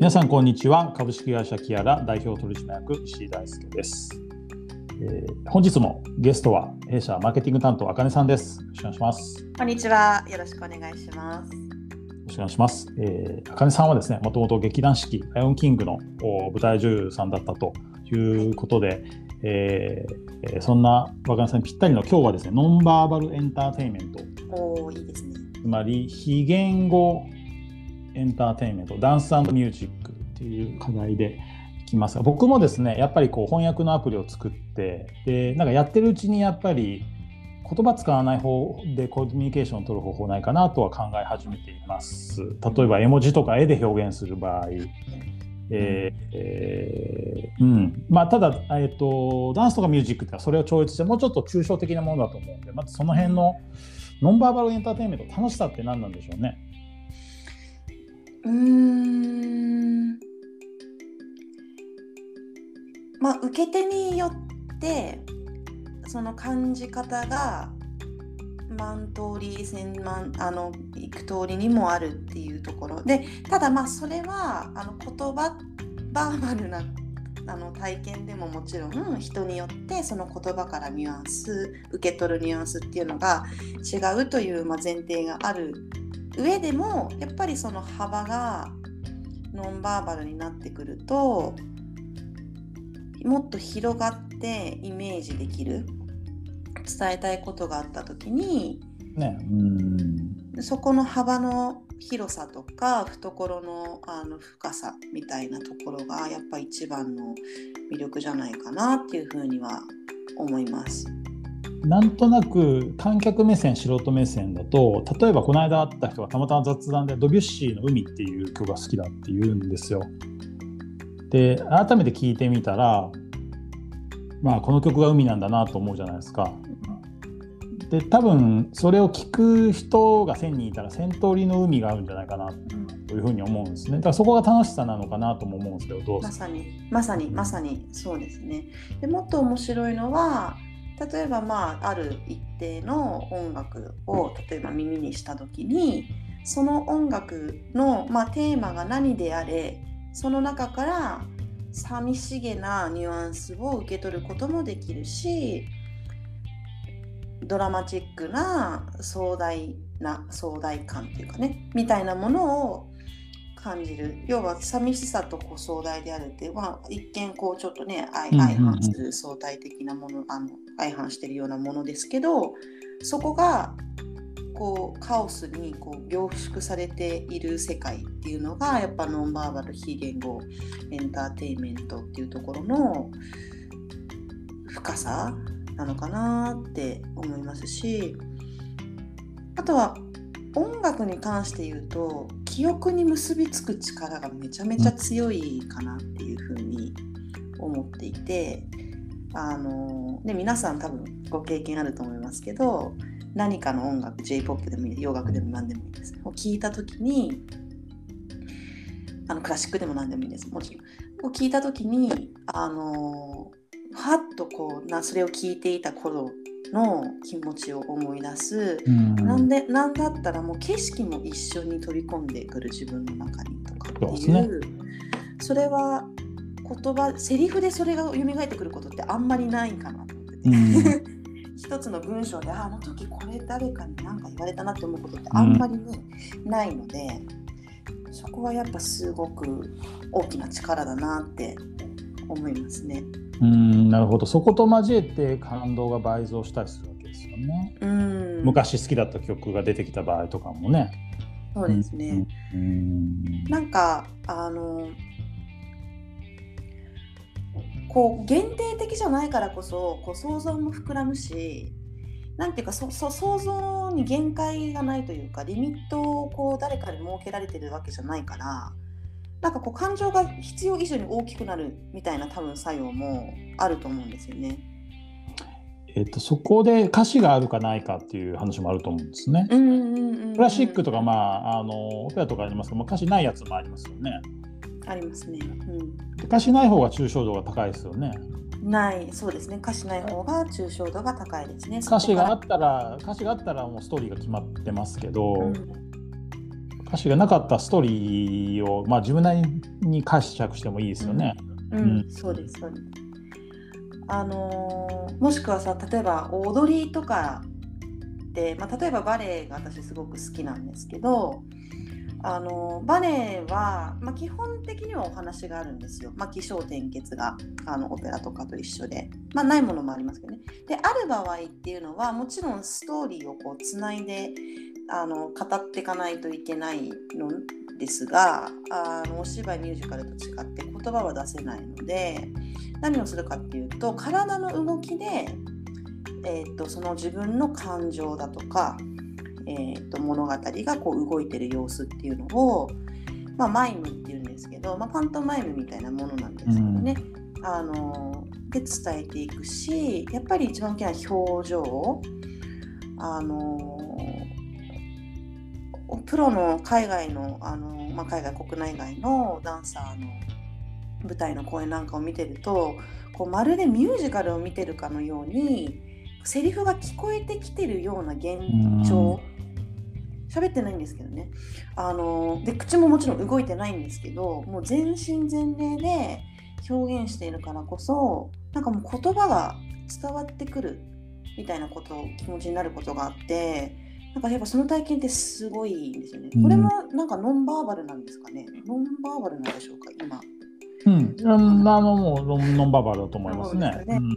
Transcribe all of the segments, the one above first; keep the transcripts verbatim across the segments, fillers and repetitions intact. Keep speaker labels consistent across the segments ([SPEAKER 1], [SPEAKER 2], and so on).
[SPEAKER 1] 皆さんこんにちは。株式会社キアラ代表取締役石井大輔です。えー、本日もゲストは弊社マーケティング担当あかねさんです。よろしくお願いします。
[SPEAKER 2] こんにちは。よろしくお願いします。
[SPEAKER 1] よろしくお願いします。えー、あかねさんはですね、もともと劇団四季ライオンキングの舞台女優さんだったということで、はい、えー、そんなあかねさんにぴったりの今日はですね、ノンバーバルエンターテインメント。
[SPEAKER 2] おー、いいですね。
[SPEAKER 1] つまり非言語エンターテインメント、ダンス&ミュージックっていう課題でいきますが、僕もですねやっぱりこう翻訳のアプリを作って、でなんかやってるうちにやっぱり言葉使わない方でコミュニケーションを取る方法ないかなとは考え始めています。例えば絵文字とか絵で表現する場合、えーえーうんまあ、ただ、えーと、ダンスとかミュージックってそれを超越してもうちょっと抽象的なものだと思うんで、まずその辺のノンバーバルエンターテインメント楽しさって何なんでしょうね。
[SPEAKER 2] うーんまあ、受け手によってその感じ方が万通り千万あのいく通りにもあるっていうところで、ただまあそれはあの言葉バーバルなあの体験でももちろん人によってその言葉からニュアンス受け取るニュアンスっていうのが違うというまあ前提がある上でも、やっぱりその幅がノンバーバルになってくるともっと広がってイメージできる、伝えたいことがあった時に、ね、うんそこの幅の広さとか懐の、あの深さみたいなところがやっぱ一番の魅力じゃないかなっていうふうには思います。
[SPEAKER 1] なんとなく観客目線素人目線だと、例えばこの間会った人がたまたま雑談でドビュッシーの海っていう曲が好きだって言うんですよ。で改めて聞いてみたら、まあ、この曲が海なんだなと思うじゃないですか。で多分それを聞く人がせんにんいたらせん通りの海があるんじゃないかなというふうに思うんですね。だからそこが楽しさなのかなとも思うんですけど、どうですか？
[SPEAKER 2] まさにまさにまさにそうですね。でもっと面白いのは、例えば、まあ、ある一定の音楽を例えば耳にしたときに、その音楽の、まあ、テーマが何であれ、その中から寂しげなニュアンスを受け取ることもできるし、ドラマチックな壮大な壮大感というかね、みたいなものを感じる。要は寂しさとこう壮大であるっていうのは、一見こうちょっとね相反する相対的なもの、あの相反しているようなものですけど、そこがこうカオスにこう凝縮されている世界っていうのがやっぱノンバーバル非言語エンターテインメントっていうところの深さなのかなって思いますし、あとは音楽に関して言うと記憶に結びつく力がめちゃめちゃ強いかなっていうふうに思っていて、あの、ね、皆さん多分ご経験あると思いますけど、何かの音楽 J-ポップ でもいい、洋楽でも何でもいいです。を聞いた時に、あのクラシックでも何でもいいです。もちろん。を聞いた時に、あのはっとこうなそれを聞いていた頃の気持ちを思い出す。うん、なんでなんだったらもう景色も一緒に取り込んでくる自分の中にとかっていう。そうですね。それは言葉セリフでそれが蘇ってくることってあんまりないかなと思ってて。うん一つの文章で あ, あの時これ誰かに何か言われたなって思うことってあんまり、ねうん、ないので、そこはやっぱすごく大きな力だなって思いますね。
[SPEAKER 1] うーん、なるほど。そこと交えて感動が倍増したりするわけですよね。うん昔好きだった曲が出てきた場合とかもね。
[SPEAKER 2] そうですね。うんうんなんかあのこう限定的じゃないからこそこう想像も膨らむし、なんていうかそそ想像に限界がないというか、リミットをこう誰かに設けられてるわけじゃないから、なんかこう感情が必要以上に大きくなるみたいな多分作用もあると思うんですよね。
[SPEAKER 1] えっと、そこで歌詞があるかないかっていう話もあると思うんですね。うんうんうんうん、クラシックとか、まあ、あのオペラとかありますけど、まあ、歌詞ないやつもありますよね。
[SPEAKER 2] ありますね、うん、
[SPEAKER 1] 歌詞ない方が抽象度が高いですよね。
[SPEAKER 2] ない、そうですね。歌詞ない方が抽象度が高いですね。
[SPEAKER 1] 歌詞があったら歌詞があったらもうストーリーが決まってますけど、うん、 歌詞がなかったストーリーを、まあ、自分なりに解釈してもいいですよね。
[SPEAKER 2] うん、うんうん、そうですそうです。あのー、もしくはさ、例えば踊りとかで、まあ、例えばバレエが私すごく好きなんですけど、あのバレエは、まあ、基本的にはお話があるんですよ。まあ、起承転結があのオペラとかと一緒で、まあ、ないものもありますけどね。で、ある場合っていうのはもちろんストーリーをこうつないであの語っていかないといけないのですが、あのお芝居ミュージカルと違って言葉は出せないので、何をするかっていうと、体の動きで、えー、とその自分の感情だとか、えー、と物語がこう動いてる様子っていうのを、まあ、マイムっていうんですけど、まあ、パントマイムみたいなものなんですけどね、うん、あので伝えていくし、やっぱり一番大きな表情、あのプロの海外の、あの、まあ、海外国内外のダンサーの舞台の公演なんかを見てると、こうまるでミュージカルを見てるかのようにセリフが聞こえてきてるような現状、喋ってないんですけどね、あので口ももちろん動いてないんですけど、もう全身全霊で表現しているからこそ、なんかもう言葉が伝わってくるみたいなことを気持ちになることがあって、なんかやっぱその体験ってすごいんですよね。これもなんかノンバーバルなんですかね。ノンバーバルなんでしょうか今。
[SPEAKER 1] うん、あのもうノンバーバルだと思いますね。
[SPEAKER 2] で, すね、うん、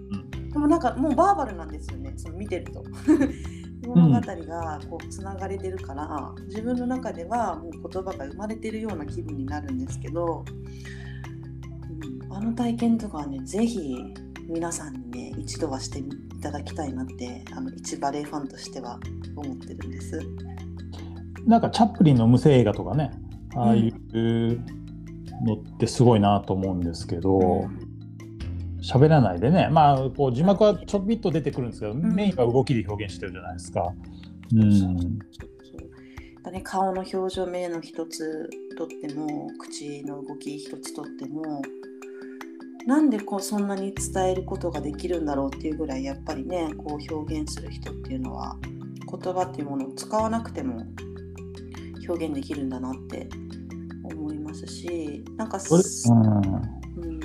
[SPEAKER 2] でもなんかもうバーバルなんですよね、その見てると物語がこうつながれてるから、うん、自分の中ではもう言葉が生まれてるような気分になるんですけど、うん、あの体験とかはね、ぜひ皆さんにね一度はしていただきたいなって、あの一バレエファンとしては思ってるんです。
[SPEAKER 1] なんかチャップリンの無声映画とかね、ああいう、うんのってすごいなと思うんですけど、喋、うん、らないでね、まあこう字幕はちょびっと出てくるんですけど、うん、メインは動きで表現してるじゃないですか。うん、
[SPEAKER 2] だね、顔の表情、目の一つとっても、口の動き一つとっても、なんでこうそんなに伝えることができるんだろうっていうぐらい、やっぱりね、こう表現する人っていうのは言葉っていうものを使わなくても表現できるんだなって思いますし、なんか そ, れ、うんうん、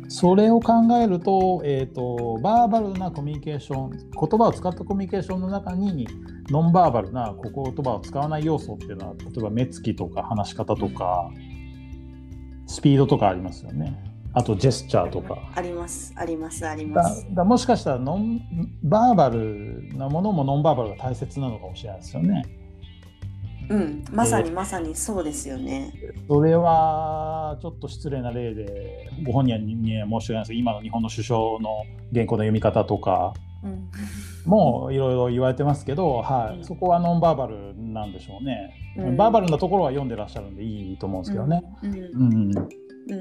[SPEAKER 1] それを考えると、えーと、バーバルなコミュニケーション、言葉を使ったコミュニケーションの中にノンバーバルな言葉を使わない要素っていうのは、例えば目つきとか話し方とかスピードとかありますよね。あとジェスチャーとか
[SPEAKER 2] ありますありますあります。
[SPEAKER 1] だだもしかしたらノンバーバルなものもノンバーバルが大切なのかもしれないですよね。
[SPEAKER 2] うん、まさにまさにそうですよね。
[SPEAKER 1] それはちょっと失礼な例で、ご本人には申し訳ないですけど、今の日本の首相の原稿の読み方とかもいろいろ言われてますけど、はい、うん、そこはノンバーバルなんでしょうね、うん、バーバルなところは読んでらっしゃるんでいいと思うんですけどね。
[SPEAKER 2] うんうんうん、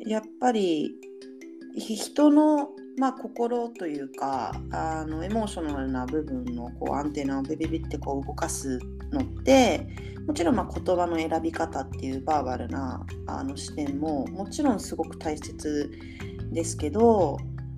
[SPEAKER 2] やっぱり人の、まあ、心というか、あのエモーショナルな部分のこうアンテナをビビビってこう動かすのって、もちろんまあ言葉の選び方っていうバーバルなあの視点ももちろんすごく大切ですけど、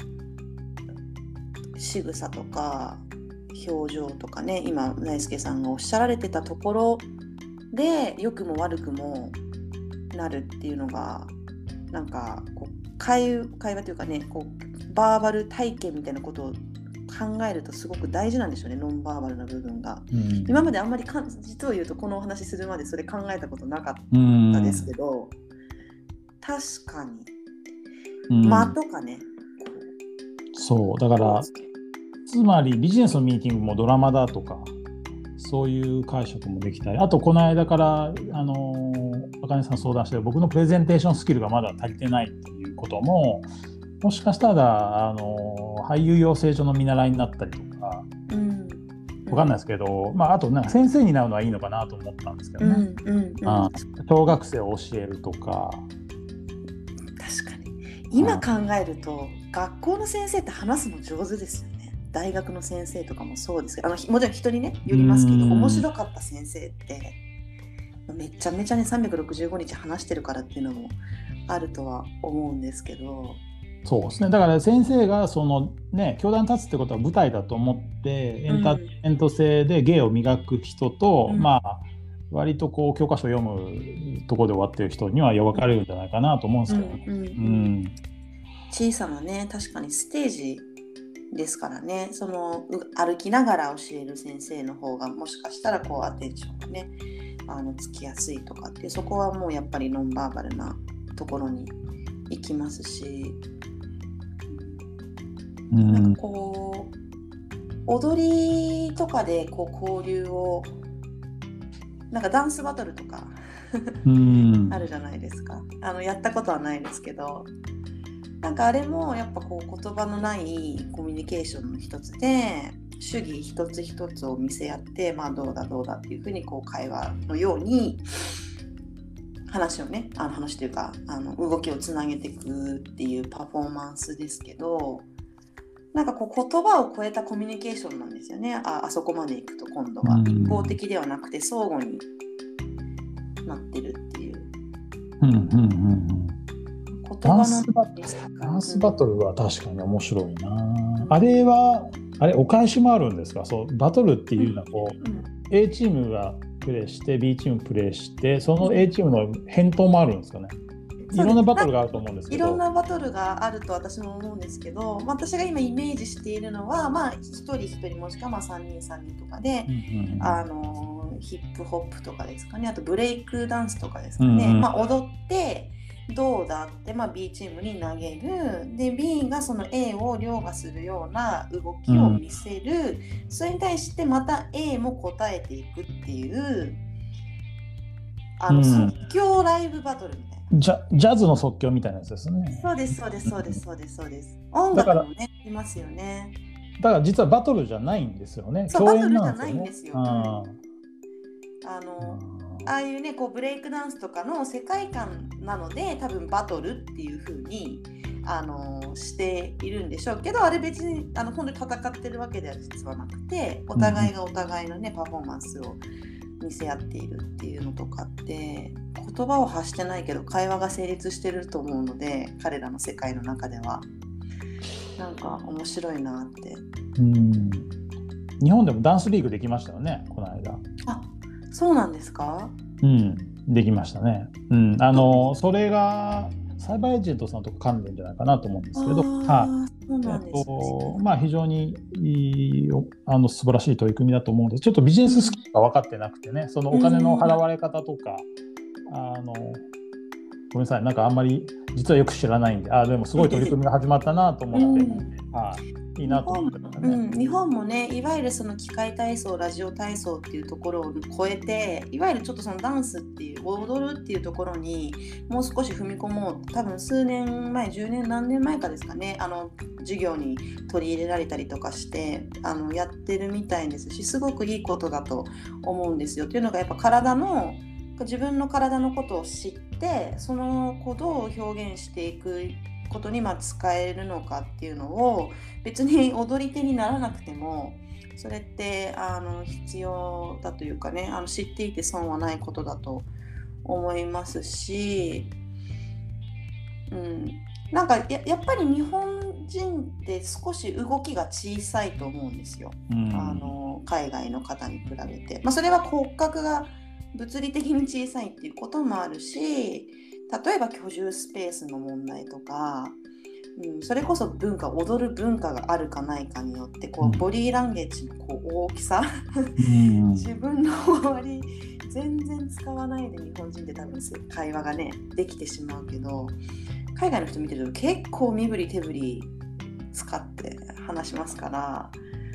[SPEAKER 2] 仕草とか表情とかね、今大輔さんがおっしゃられてたところで良くも悪くもなるっていうのが、なんかこう 会, 会話というかね、こうバーバル体験みたいなことを考えるとすごく大事なんでしょうね、ノンバーバルな部分が、うん、今まであんまりか実を言うとこのお話するまでそれ考えたことなかったですけど、うん、確かに、うん、間とかね、
[SPEAKER 1] そうだからつまりビジネスのミーティングもドラマだとかそういう解釈もできたり、あとこの間からあのあかねさん相談してる僕のプレゼンテーションスキルがまだ足りてないっていうことも、もしかしたらあの俳優養成所の見習いになったりとか、うん、分かんないですけど、まあ、あとなんか先生になるのはいいのかなと思ったんですけどね、うんうんうん、あ小学生を教えるとか。
[SPEAKER 2] 確かに今考えると学校の先生って話すの上手ですよね。大学の先生とかもそうですけど、あのもちろん人にねよりますけど、面白かった先生ってめちゃめちゃねさんびゃくろくじゅうごにち話してるからっていうのもあるとは思うんですけど。
[SPEAKER 1] そうですね、だから先生がそのね教壇に立つってことは舞台だと思ってエンターテインメント性で芸を磨く人と、うん、まあ割とこう教科書を読むところで終わってる人には分かれるんじゃないかなと思うんですけど、ね、
[SPEAKER 2] うんうんうん、小さなね、確かにステージですからね、その歩きながら教える先生の方がもしかしたらこうアテンションがね、あのつきやすいとかっていう、そこはもうやっぱりノンバーバルなところに行きますし、うん、なんかこう踊りとかでこう交流を、なんかダンスバトルとかうんあるじゃないですか。あのやったことはないですけど、なんかあれもやっぱこう言葉のないコミュニケーションの一つで、主義一つ一つを見せ合って、まあどうだどうだっていうふうにこう会話のように話をね、あの話というかあの動きをつなげていくっていうパフォーマンスですけど、なんかこう言葉を超えたコミュニケーションなんですよね。あ, あそこまで行くと今度は一方的ではなくて相互になってるっていう。うんうんうんうん。
[SPEAKER 1] ダンスバトル、ダンスバトルは確かに面白いな、うん、あれはあれお返しもあるんですか？そうバトルっていうのはこう、うんうん、A チームがプレイして B チームプレイしてその A チームの返答もあるんですかね？いろんなバトルがあると思うんですけど、
[SPEAKER 2] いろんなバトルがあると私も思うんですけど、まあ、私が今イメージしているのは、まあ、一人一人もしくはまあさんにんさんにんとかで、うんうんうん、あのヒップホップとかですかね、あとブレイクダンスとかですかね、うんうん、まあ、踊ってどうだって、まあ、B チームに投げるで B がその A を凌駕するような動きを見せる、うん、それに対してまた A も答えていくっていうあの、うん、即興ライブバトルみたいな。
[SPEAKER 1] ジャ、ジャズの即興みたいなやつですね。
[SPEAKER 2] そうですそうですそうですそうですそうです。音楽もねいますよね。
[SPEAKER 1] だから実はバトルじゃないんですよね。
[SPEAKER 2] そう共演なんですよね。バトルじゃないんですよ。あ, あのああいうねこうブレイクダンスとかの世界観なので多分バトルっていう風にあのしているんでしょうけど、あれ別にあの本当に戦ってるわけでは実はなくて、お互いがお互いのねパフォーマンスを見せ合っているっていうのとかって言葉を発してないけど会話が成立してると思うので、彼らの世界の中ではなんか面白いなって。
[SPEAKER 1] うん、日本でもダンスリーグできましたよねこの間。
[SPEAKER 2] あ、そうなんですか？
[SPEAKER 1] うん、できましたね。うん、あのそれがサイバーエージェントさんとか関連じゃないかなと思うんですけど、
[SPEAKER 2] あ、そうなんですね。
[SPEAKER 1] えっとまあ、非常にいいあの素晴らしい取り組みだと思うんです。ちょっとビジネススキルが分かってなくてね、そのお金の払われ方とか、うん、あのごめんなさい、なんかあんまり実はよく知らないんで、あでもすごい取り組みが始まったなと思って、うんはい、いいなと思ってますね。
[SPEAKER 2] 日本、うん、日本もね、いわゆるその機械体操、ラジオ体操っていうところを超えて、いわゆるちょっとそのダンスっていう踊るっていうところにもう少し踏み込もう。多分数年前、じゅうねん何年前かですかね、あの授業に取り入れられたりとかしてあのやってるみたいですし、すごくいいことだと思うんですよ。っていうのがやっぱ体の自分の体のことを知ってそのことを表現していくことにまあ使えるのかっていうのを、別に踊り手にならなくてもそれってあの必要だというかね、あの知っていて損はないことだと思いますし、うん、なんか や, やっぱり日本人って少し動きが小さいと思うんですよ、うん、あの海外の方に比べて、まあ、それは骨格が物理的に小さいっていうこともあるし、例えば居住スペースの問題とか、うん、それこそ文化、踊る文化があるかないかによってこうボディーランゲージのこう大きさ、うん、自分の周り全然使わないで日本人って多分会話がねできてしまうけど、海外の人見てると結構身振り手振り使って話しますから、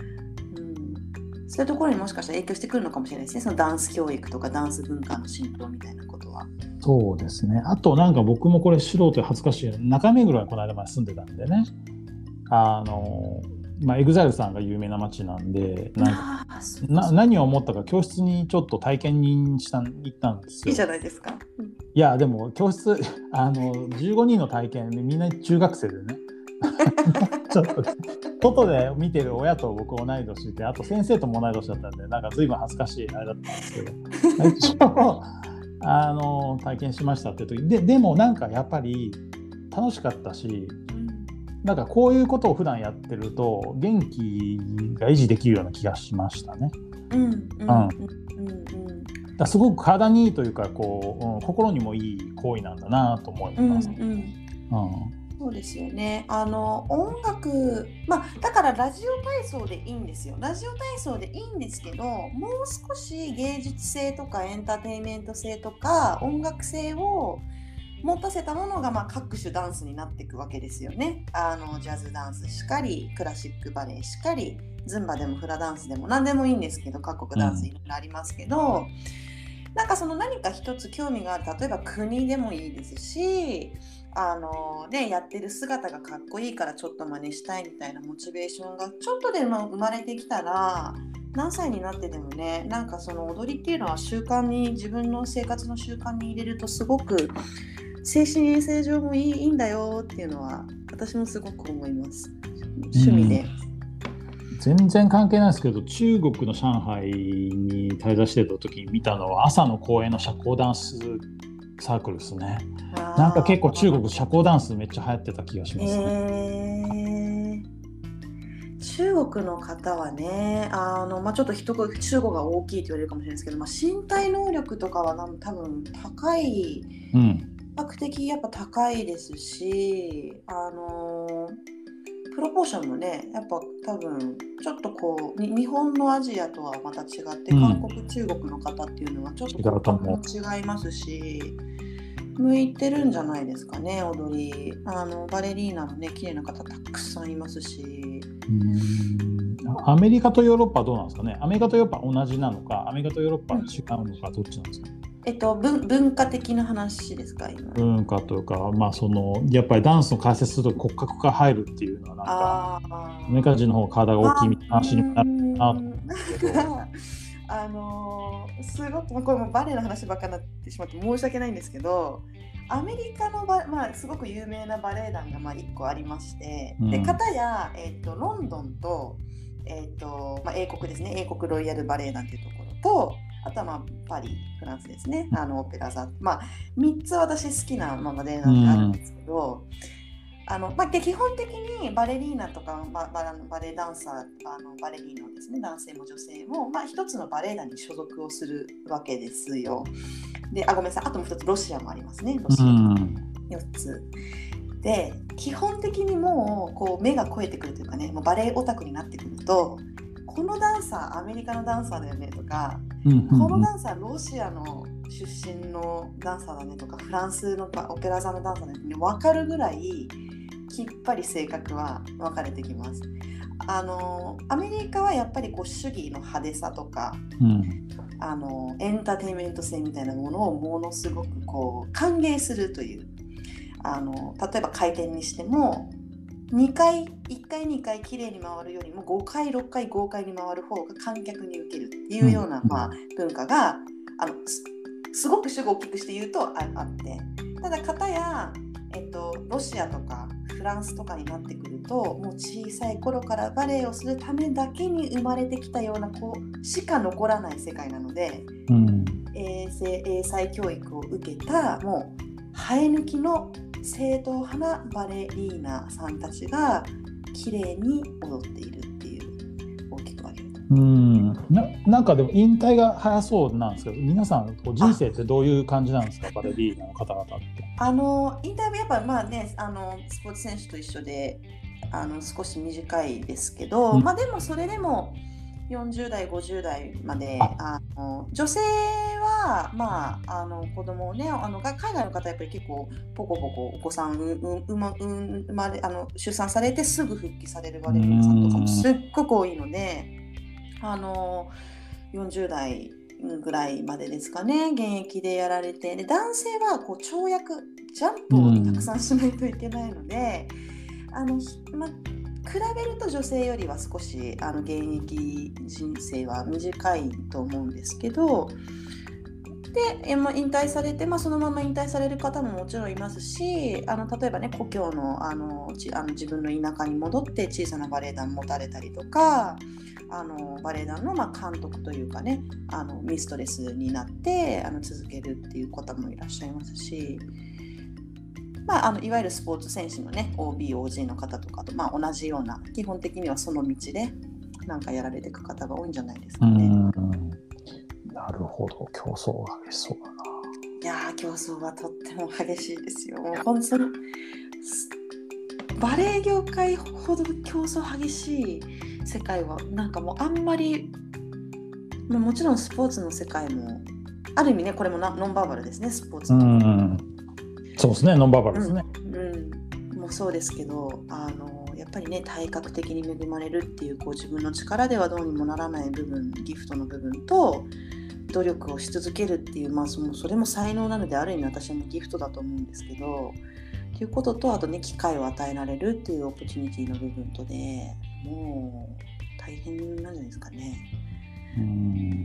[SPEAKER 2] そういうところにもしかしたら影響してくるのかもしれないですね。そのダンス教育とかダンス文化の浸透みたいなことは。
[SPEAKER 1] そうですね。あとなんか僕もこれ素人で恥ずかしい、中目黒にこの間まで住んでたんでね、あのまあエグザイルさんが有名な街なんで、なんかな何を思ったか教室にちょっと体験にした行ったんですよ。
[SPEAKER 2] いいじゃないですか。
[SPEAKER 1] うん、いやでも教室あのじゅうごにんの体験でみんな中学生でね。ちょっと外で見てる親と僕同い年で、あと先生とも同い年だったんで、なんか随分恥ずかしいあれだったんですけど一応あの体験しましたって時で、でもなんかやっぱり楽しかったし、なんかこういうことを普段やってると元気が維持できるような気がしましたね。
[SPEAKER 2] うんうんうんうんうん。
[SPEAKER 1] だすごく体にいいというかこう、うん、心にもいい行為なんだなと思います。
[SPEAKER 2] うんうん、
[SPEAKER 1] うん
[SPEAKER 2] そうですよね。あの音楽、まあだからラジオ体操でいいんですよ。ラジオ体操でいいんですけど、もう少し芸術性とかエンターテインメント性とか音楽性を持たせたものが、まあ、各種ダンスになっていくわけですよね。あのジャズダンスしかり、クラシックバレエしかり、ズンバでもフラダンスでも何でもいいんですけど、各国ダンスいろいろありますけど、うん、なんかその何か一つ興味がある、例えば国でもいいですし、あのね、やってる姿がかっこいいからちょっと真似したいみたいなモチベーションがちょっとでも生まれてきたら、何歳になってでもね、なんかその踊りっていうのは習慣に、自分の生活の習慣に入れるとすごく精神衛生上もいい、いいんだよっていうのは私もすごく思います。趣味で、
[SPEAKER 1] うん、全然関係ないですけど、中国の上海に滞在してた時に見たのは朝の公園の社交ダンスサークルですね。なんか結構中国社交ダンスめっちゃ流行ってた気がしますね。
[SPEAKER 2] えー、中国の方はね、あの、まあ、ちょっと人が中国が大きいと言われるかもしれないですけど、まあ、身体能力とかは多分高い、うん、比較的やっぱ高いですし、あのプロポーションもね、やっぱ多分ちょっとこう日本のアジアとはまた違って、うん、韓国中国の方っていうのはちょっと骨格も違いますし、向いてるんじゃないですかね、踊り。あのバレリーナもね、綺麗な方たくさんいますし。
[SPEAKER 1] うーん、アメリカとヨーロッパはどうなんですかね。アメリカとヨーロッパ同じなのか、アメリカとヨーロッパは違うのか、どっちなんですか。
[SPEAKER 2] えっと、文, 文化的な話ですか、今。
[SPEAKER 1] 文化というか、まあ、そのやっぱりダンスの解説すると骨格が入るっていうのはなんかアメリカ人の方が体が大きいみたいな話になるなと思うんですけど、
[SPEAKER 2] あのー、すごくこれもバレエの話ばっかりになってしまって申し訳ないんですけど、アメリカのバ、まあ、すごく有名なバレエ団がまあいっこありまして、うん、で片や、えー、とロンドンと、えーとまあ、英国ですね、英国ロイヤルバレエ団というところと、あとはまあパリ、フランスですね、あのオペラ座、まあ、みっつ私好きなバレエ団があるんですけど、うん、あのまあ、で基本的にバレリーナとかバ、バ, バレエダンサー、あのバレリーナですね、男性も女性も、まあ、一つのバレエ団に所属をするわけですよ。で、あ、ごめんなさい、あともう一つロシアもありますね、ロシアもよっつ、うん、で基本的にもう、こう目が肥えてくるというかね、もうバレエオタクになってくると、このダンサーアメリカのダンサーだよねとか、うんうんうん、このダンサーロシアの出身のダンサーだねとか、フランスのオペラ座のダンサーだねって分かるぐらいきっぱり性格は分かれてきます。あのアメリカはやっぱりこう主義の派手さとか、うん、あのエンターテインメント性みたいなものをものすごくこう歓迎するという、あの例えば回転にしてもにかい、いっかいにかいきれいに回るよりもごかいろっかい豪快に回る方が観客に受けるっていうような、うん、まあ、文化があの す, すごく主語を大きくして言うと あ, あって、ただ片や、えっと、ロシアとかフランスとかになってくると、もう小さい頃からバレエをするためだけに生まれてきたような子しか残らない世界なので、うん、英性英才教育を受けたもう生え抜きの正統派なバレリーナさんたちが綺麗に踊っているっていう大きくある。
[SPEAKER 1] うん な, なんかでも引退が早そうなんですけど、皆さんこう人生ってどういう感じなんですか、バレリーナの方々って。
[SPEAKER 2] あの引退はやっぱまあね、あのスポーツ選手と一緒であの少し短いですけど、うん、まあでもそれでもよんじゅう代ごじゅう代まで、あの女性は、まあ、あの子供をね、あの海外の方はやっぱり結構ポコポコお子さんうううまうまれあの出産されてすぐ復帰されるバレリーナさんとかもすっごく多いので、あのよんじゅう代ぐらいまでですかね、現役でやられて、で男性はこう跳躍ジャンプをたくさんしないといけないので、あのま比べると女性よりは少しあの現役人生は短いと思うんですけど、で、まあ、引退されて、まあ、そのまま引退される方ももちろんいますし、あの例えばね、故郷の、あのちあの自分の田舎に戻って小さなバレエ団持たれたりとか、あのバレエ団のまあ監督というかね、あのミストレスになってあの続けるっていう方もいらっしゃいますし、まあ、あのいわゆるスポーツ選手のね オービー、オージー の方とかと、まあ、同じような、基本的にはその道でなんかやられていく方が多いんじゃないですかね。うん、
[SPEAKER 1] なるほど、競争が激しそうだな。
[SPEAKER 2] いやー、競争はとっても激しいですよ。もう本当にバレエ業界ほど競争激しい世界はなんかもうあんまり、まあ、もちろんスポーツの世界もある意味ね、これもノンバーバルですね、スポーツ
[SPEAKER 1] う
[SPEAKER 2] も。
[SPEAKER 1] ん、そうですね、ノンバーバルですね。
[SPEAKER 2] うん、うん、もうそうですけど、あのやっぱりね、体格的に恵まれるっていう、こう自分の力ではどうにもならない部分、ギフトの部分と努力をし続けるっていう、まあ、そのそれも才能なので、ある意味私もギフトだと思うんですけど、ということと、あとね、機会を与えられるっていうオポチュニティの部分とで、もう大変なんじゃないですかね。
[SPEAKER 1] うん、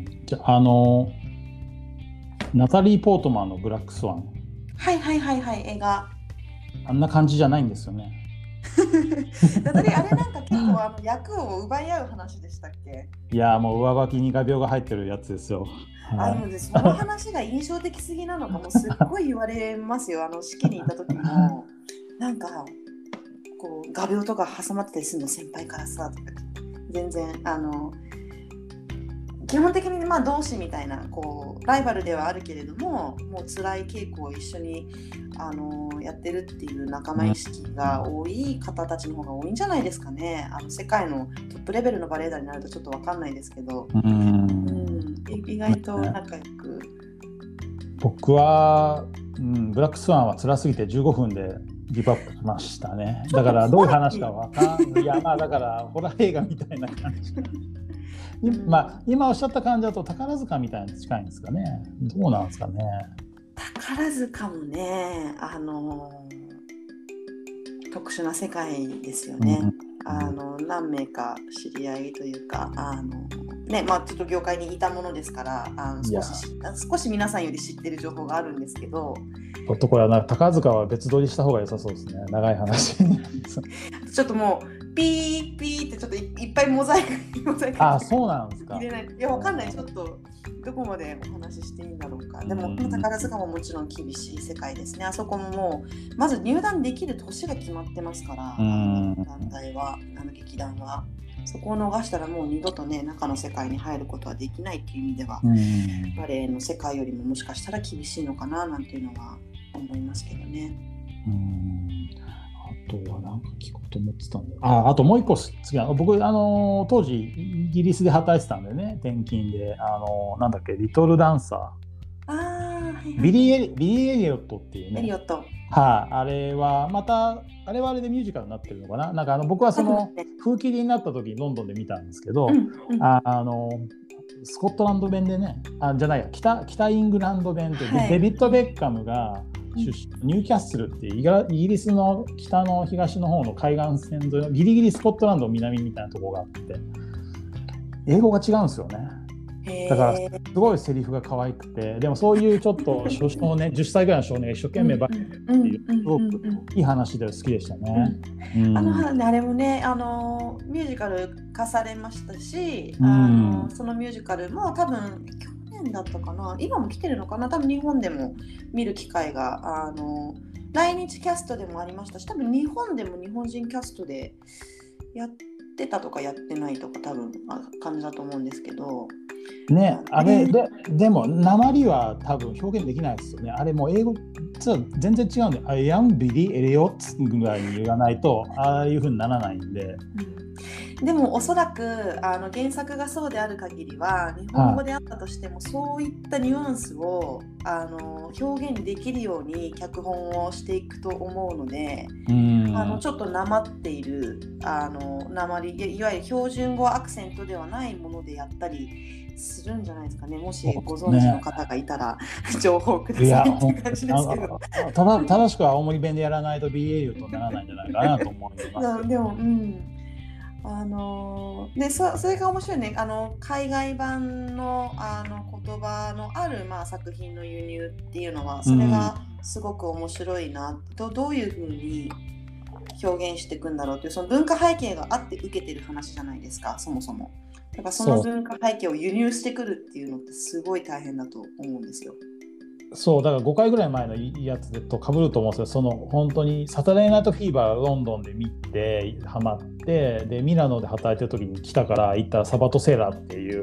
[SPEAKER 1] じゃあ、あのナタリー・ポートマンのブラックスワン、
[SPEAKER 2] はいはいはいはい、映画。
[SPEAKER 1] あんな感じじゃないんですよね。
[SPEAKER 2] ナタリー、あれなんか結構あの役を奪い合う話でしたっけ？
[SPEAKER 1] いやもう上履きに画鋲が入ってるやつですよ。
[SPEAKER 2] はい、あのでその話が印象的すぎなのかもすっごい言われますよ。あの式に行った時もなんかこう画鋲とか挟まってたりするの、先輩からさとか。全然あの基本的にまあ同志みたいな、こうライバルではあるけれども、もう辛い稽古を一緒にあのやってるっていう仲間意識が多い方たちの方が多いんじゃないですかね。あの世界のトップレベルのバレエ団になるとちょっと分かんないですけど、
[SPEAKER 1] うん、
[SPEAKER 2] うん、意外と仲良く。
[SPEAKER 1] 僕は、うん、ブラックスワンは辛すぎてじゅうごふんでギブアップしましたね。だからどういう話かわかんない。いやまあだからホラー映画みたいな感じ。まあ、今おっしゃった感じだと宝塚みたいに近いんですかね。どうなんですかね。
[SPEAKER 2] 宝塚もね、あの特殊な世界ですよね。うん、あの何名か知り合いというか、あのね、まあちょっと業界にいたものですから、あの少し少し皆さんより知ってる情報があるんですけど。
[SPEAKER 1] ちょっとこれはな、宝塚は別撮りした方が良さそうですね。長い話。
[SPEAKER 2] ちょっともうピーピーってちょっと い, いっぱいモザイクモザイク
[SPEAKER 1] あ、そうなんですか。
[SPEAKER 2] 入れない。いや、わかんない。ちょっとどこまでお話ししていいんだろうか。でも宝塚ももちろん厳しい世界ですね。あそこももうまず入団できる年が決まってますから、団体は、あの劇団は。そこを逃したらもう二度とね、中の世界に入ることはできないっていう意味では、バレエの世界よりももしかしたら厳しいのかななんていうのは思いますけどね。
[SPEAKER 1] うーん、あとは何か聞こうと思ってたんだ。あ、あともう一個次は僕あの当時イギリスで働いてたんでね、転勤で、あのなんだっけ、リトルダンサー、
[SPEAKER 2] あ、はいはい、
[SPEAKER 1] ビリー・エリ、ビリー・エリオットっていうね、
[SPEAKER 2] エリオット、
[SPEAKER 1] はい、あ、あれはまたあれはあれでミュージカルになってるのかな。なんかあの僕はその風切りになった時にロンドンで見たんですけど、うんうん、あ, あのスコットランド弁でね、あじゃないや 北, 北イングランド弁で、はい、デビッド・ベッカムが出身、ニューキャッスルっていうイギリスの北の東の方の海岸線沿いのギリギリスコットランド南みたいなところがあって、英語が違うんですよね。だからすごいセリフが可愛くて、でもそういうちょっと少年じゅっさいぐらいの少年が一生懸命バレエっていうすごくいい話で好きでしたね。
[SPEAKER 2] うんうん、あのあれもね、あのミュージカル化されましたし、うん、あのそのミュージカルも多分去年だったかな、今も来てるのかな、多分日本でも見る機会があの来日キャストでもありましたし、多分日本でも日本人キャストでやってたとかやってないとか多分感じだと思うんですけど
[SPEAKER 1] ね、あれで、でも訛は多分表現できないですよね。あれもう英語実は全然違うんで、I am Billy Elliot ぐらいに言わないとああいう風にならないんで、
[SPEAKER 2] うん、でもおそらくあの原作がそうである限りは日本語であったとしても、はい、そういったニュアンスをあの表現できるように脚本をしていくと思うので、うんあのちょっとなまっているあのなまり い, いわゆる標準語アクセントではないものでやったりするんじゃないですかね。もしご存知の方がいたら、ね、情報くださいっていう感じですけど、
[SPEAKER 1] ただ正しくは青森弁でやらないと ビーエーユー とならないんじゃないかなと思います
[SPEAKER 2] でも、うんあので そ, それが面白いね。あの海外版 の, あの言葉のある、まあ、作品の輸入っていうのはそれがすごく面白いな、うん、ど, どういうふうに表現していくんだろうという、その文化背景があって受けてる話じゃないですか、そもそも。だからその文化背景を輸入してくるっていうのってすごい大変だと思うんですよ。
[SPEAKER 1] そうだからごかいぐらい前のやつと被ると思うんですよ。その本当にサタデーナイトフィーバーロンドンで見てハマって、でミラノで働いてる時に来たから行ったサバトセーラーっていう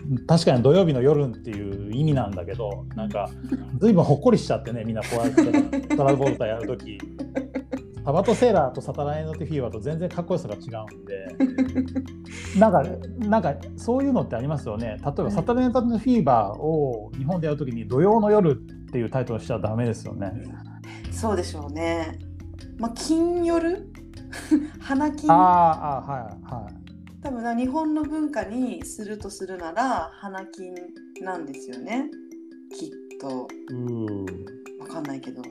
[SPEAKER 1] 確かに土曜日の夜っていう意味なんだけど、なんか随分ほっこりしちゃってね、みんなこうやってトラボルタやるときサバトセーラーとサタライのティフィーバーと全然かっこよさが違うんでなんかなんかそういうのってありますよね。例えば、サタライのティフィーバーを日本でやるときに土曜の夜っていうタイトルしちゃダメですよね。
[SPEAKER 2] そうでしょうね。まあ金夜花金。
[SPEAKER 1] ああ、はいはい。
[SPEAKER 2] 多分日本の文化にするとするなら花金なんですよね、きっと。
[SPEAKER 1] うー
[SPEAKER 2] わかんないけど、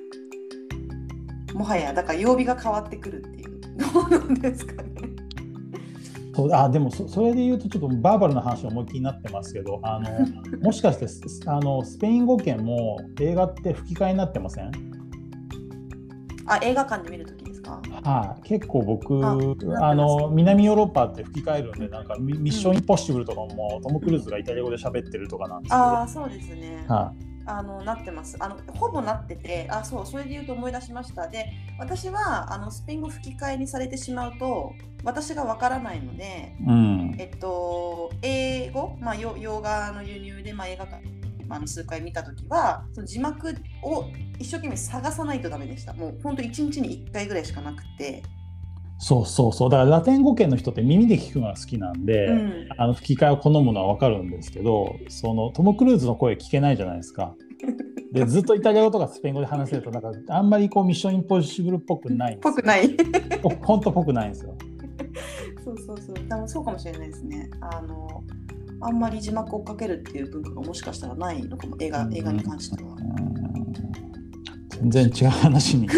[SPEAKER 2] もはやだから曜日が変わってくるっていう、どうなんですかね。
[SPEAKER 1] そうあでも そ, それで言うとちょっとバーバルな話が思いっきりになってますけど、あのもしかしてあのスペイン語圏も映画って吹き替えになってません？
[SPEAKER 2] あ、映画館で見るときですか？
[SPEAKER 1] はい、結構僕
[SPEAKER 2] あ
[SPEAKER 1] あの南ヨーロッパって吹き替えるんで、なんかミミッションインポッシブルとかもトム・クルーズがイタリア語で喋ってるとかなんですけど、
[SPEAKER 2] ああ、そうですね。
[SPEAKER 1] はい、
[SPEAKER 2] あのなってます。あのほぼなってて、あ、そう、それで言うと思い出しました。で、私はあのスペイン語吹き替えにされてしまうと、私がわからないので、
[SPEAKER 1] うん、
[SPEAKER 2] えっと、英語、まあ、洋洋画の輸入で、まあ、映画館あの数回見たときは、その字幕を一生懸命探さないとダメでした。もう本当いちにちにいっかいぐらいしかなくて。
[SPEAKER 1] そうそうそう、だからラテン語圏の人って耳で聞くのが好きなんで、
[SPEAKER 2] うん、
[SPEAKER 1] あの吹き替えを好むのは分かるんですけど、そのトム・クルーズの声聞けないじゃないですか。でずっとイタリア語とかスペイン語で話せるとなんかあんまりこうミッションインポッシブルっぽくないんですよ。
[SPEAKER 2] ぽくない。
[SPEAKER 1] ほんとぽくないんですよ。
[SPEAKER 2] そうそうそう、多分そうかもしれないですね。あのあんまり字幕をかけるっていう文化がもしかしたらないのかも、映画、映画に関しては。
[SPEAKER 1] 全然違う話に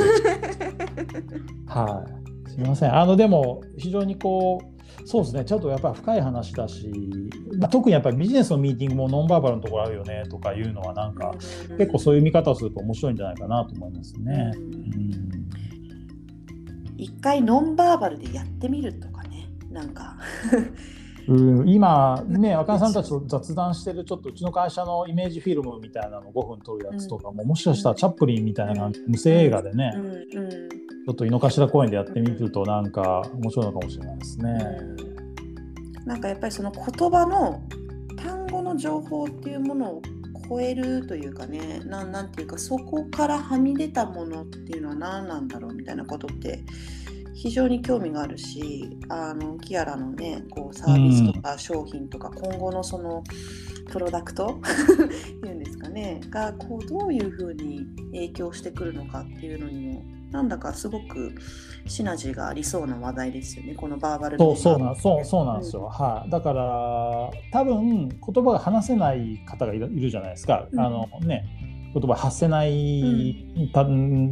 [SPEAKER 1] はい、すみません。あのでも非常にこうそうですね、ちょっとやっぱり深い話だし、まあ、特にやっぱりビジネスのミーティングもノンバーバルのところあるよねとかいうのはなんか、うん、結構そういう見方をすると面白いんじゃないかなと思いますね。うん、
[SPEAKER 2] 一回ノンバーバルでやってみるとかね、なんか
[SPEAKER 1] うん、今ね、赤さんたちと雑談してるちょっとうちの会社のイメージフィルムみたいなのごふん撮るやつとかも、うん、もしかしたらチャップリンみたいな無声映画でね、うんうん、ちょっと井の頭公園でやってみるとなんか面白いのかもしれないですね。
[SPEAKER 2] うん、なんかやっぱりその言葉の単語の情報っていうものを超えるというかね、な ん, なんていうかそこからはみ出たものっていうのは何なんだろうみたいなことって非常に興味があるし、あのキアラのねこうサービスとか商品とか今後のそのプロダクトっていうんですかねがこうどういうふうに影響してくるのかっていうのにもなんだかすごくシナジーがありそうな話題ですよね、このバーバル
[SPEAKER 1] そうそうなそうそうなんですよ、うん、はい、だから多分言葉が話せない方がい る, いるじゃないですか、うん、あのね言葉発せない、うん、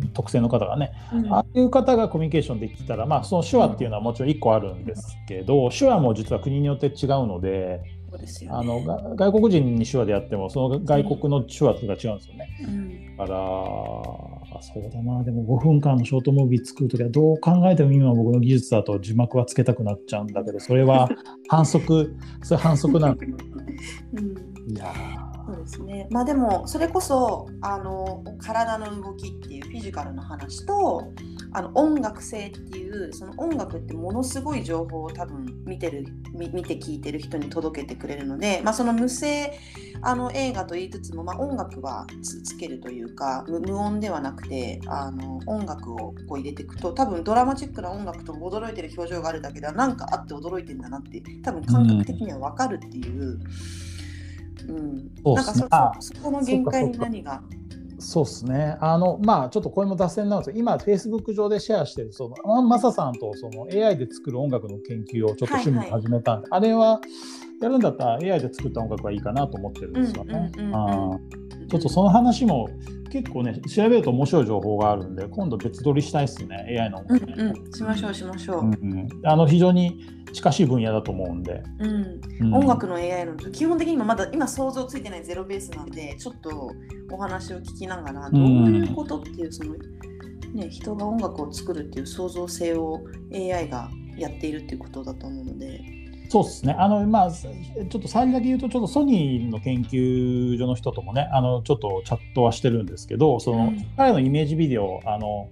[SPEAKER 1] 特性の方がね、うん、ああいう方がコミュニケーションできたら、まあ、その手話っていうのはもちろんいっこあるんですけど、手話も実は国によって違うので、
[SPEAKER 2] そうですよね、
[SPEAKER 1] あの外国人に手話でやってもその外国の手話とか違うんですよね、うん、だからそうだな、でもごふんかんのショートムービー作るときはどう考えても今の僕の技術だと字幕はつけたくなっちゃうんだけど、それは反則それ反則なんで、うん、いや
[SPEAKER 2] そうですね、まあでもそれこそあの体の動きっていうフィジカルの話とあの音楽性っていうその音楽ってものすごい情報を多分見てる見て聞いてる人に届けてくれるので、まあ、その無声あの映画と言いつつも、まあ、音楽は つ, つけるというか 無, 無音ではなくてあの音楽をこう入れていくと多分ドラマチックな音楽と驚いてる表情があるだけではなんかあって驚いてるんだなって多分感覚的には分かるっていう、うんうん、なんか そ, そ, そこの限界に何が
[SPEAKER 1] そうですね、あのまあちょっとこれも脱線なんですけど、今 Facebook 上でシェアしてるそのマサさんとその エーアイ で作る音楽の研究をちょっと趣味に始めたんで、はいはい、あれはやるんだったら エーアイ で作った音楽はいいかなと思ってるんですよね。ちょっとその話も結構ね調べると面白い情報があるんで今度別撮りしたいですね、 エーアイ の音楽、ね、
[SPEAKER 2] うんうん、しましょうしましょう、
[SPEAKER 1] うんうん、あの非常に近しい分野だと思うんで、
[SPEAKER 2] うんうん、音楽の エーアイ の基本的に今まだ今想像ついてないゼロベースなんでちょっとお話を聞きながらどういうことっていうその、ね、人が音楽を作るっていう創造性を エーアイ がやっているっていうことだと思うので、
[SPEAKER 1] そうですね、あのまあちょっと先だけ言うとちょっとソニーの研究所の人ともねあのちょっとチャットはしてるんですけど、その、うん、彼のイメージビデオあの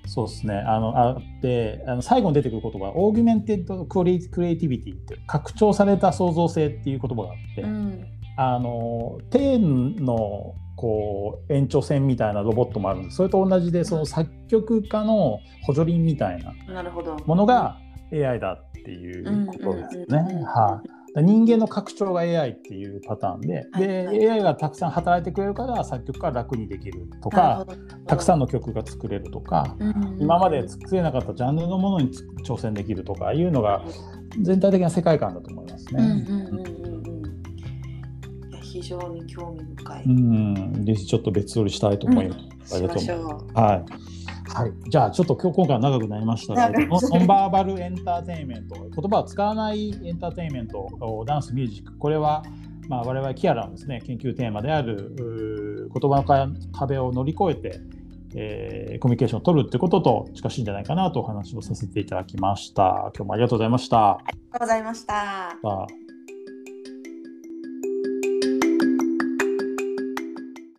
[SPEAKER 1] そうですね。あのあってあの最後に出てくる言葉、オーギュメンテッドクリエイティビティって拡張された創造性っていう言葉があって、うん、あの天のこう延長線みたいなロボットもあるんです。それと同じで、その作曲家の補助輪みたいなものが エーアイ だっていうことですね。はい。人間の拡張が エーアイ っていうパターンで、で、はいはい、エーアイ がたくさん働いてくれるから作曲家が楽にできるとか、たくさんの曲が作れるとか、うん、今まで作れなかったジャンルのものに挑戦できるとかいうのが全体的な世界観だと思いますね。うんうんうん
[SPEAKER 2] うん、非常に興味深い。
[SPEAKER 1] うん、でちょっと別撮りしたいと思います。うん、ありがとうございます。はいはい、じゃあちょっと今日今回は長くなりましたが、ノンバーバルエンターテインメント、言葉を使わないエンターテインメント、ダンスミュージック、これは、まあ、我々キアラのですね、研究テーマである言葉の壁を乗り越えて、えー、コミュニケーションを取るってことと近しいんじゃないかなとお話をさせていただきました。今日もありがとうございました。
[SPEAKER 2] ありがとうございました。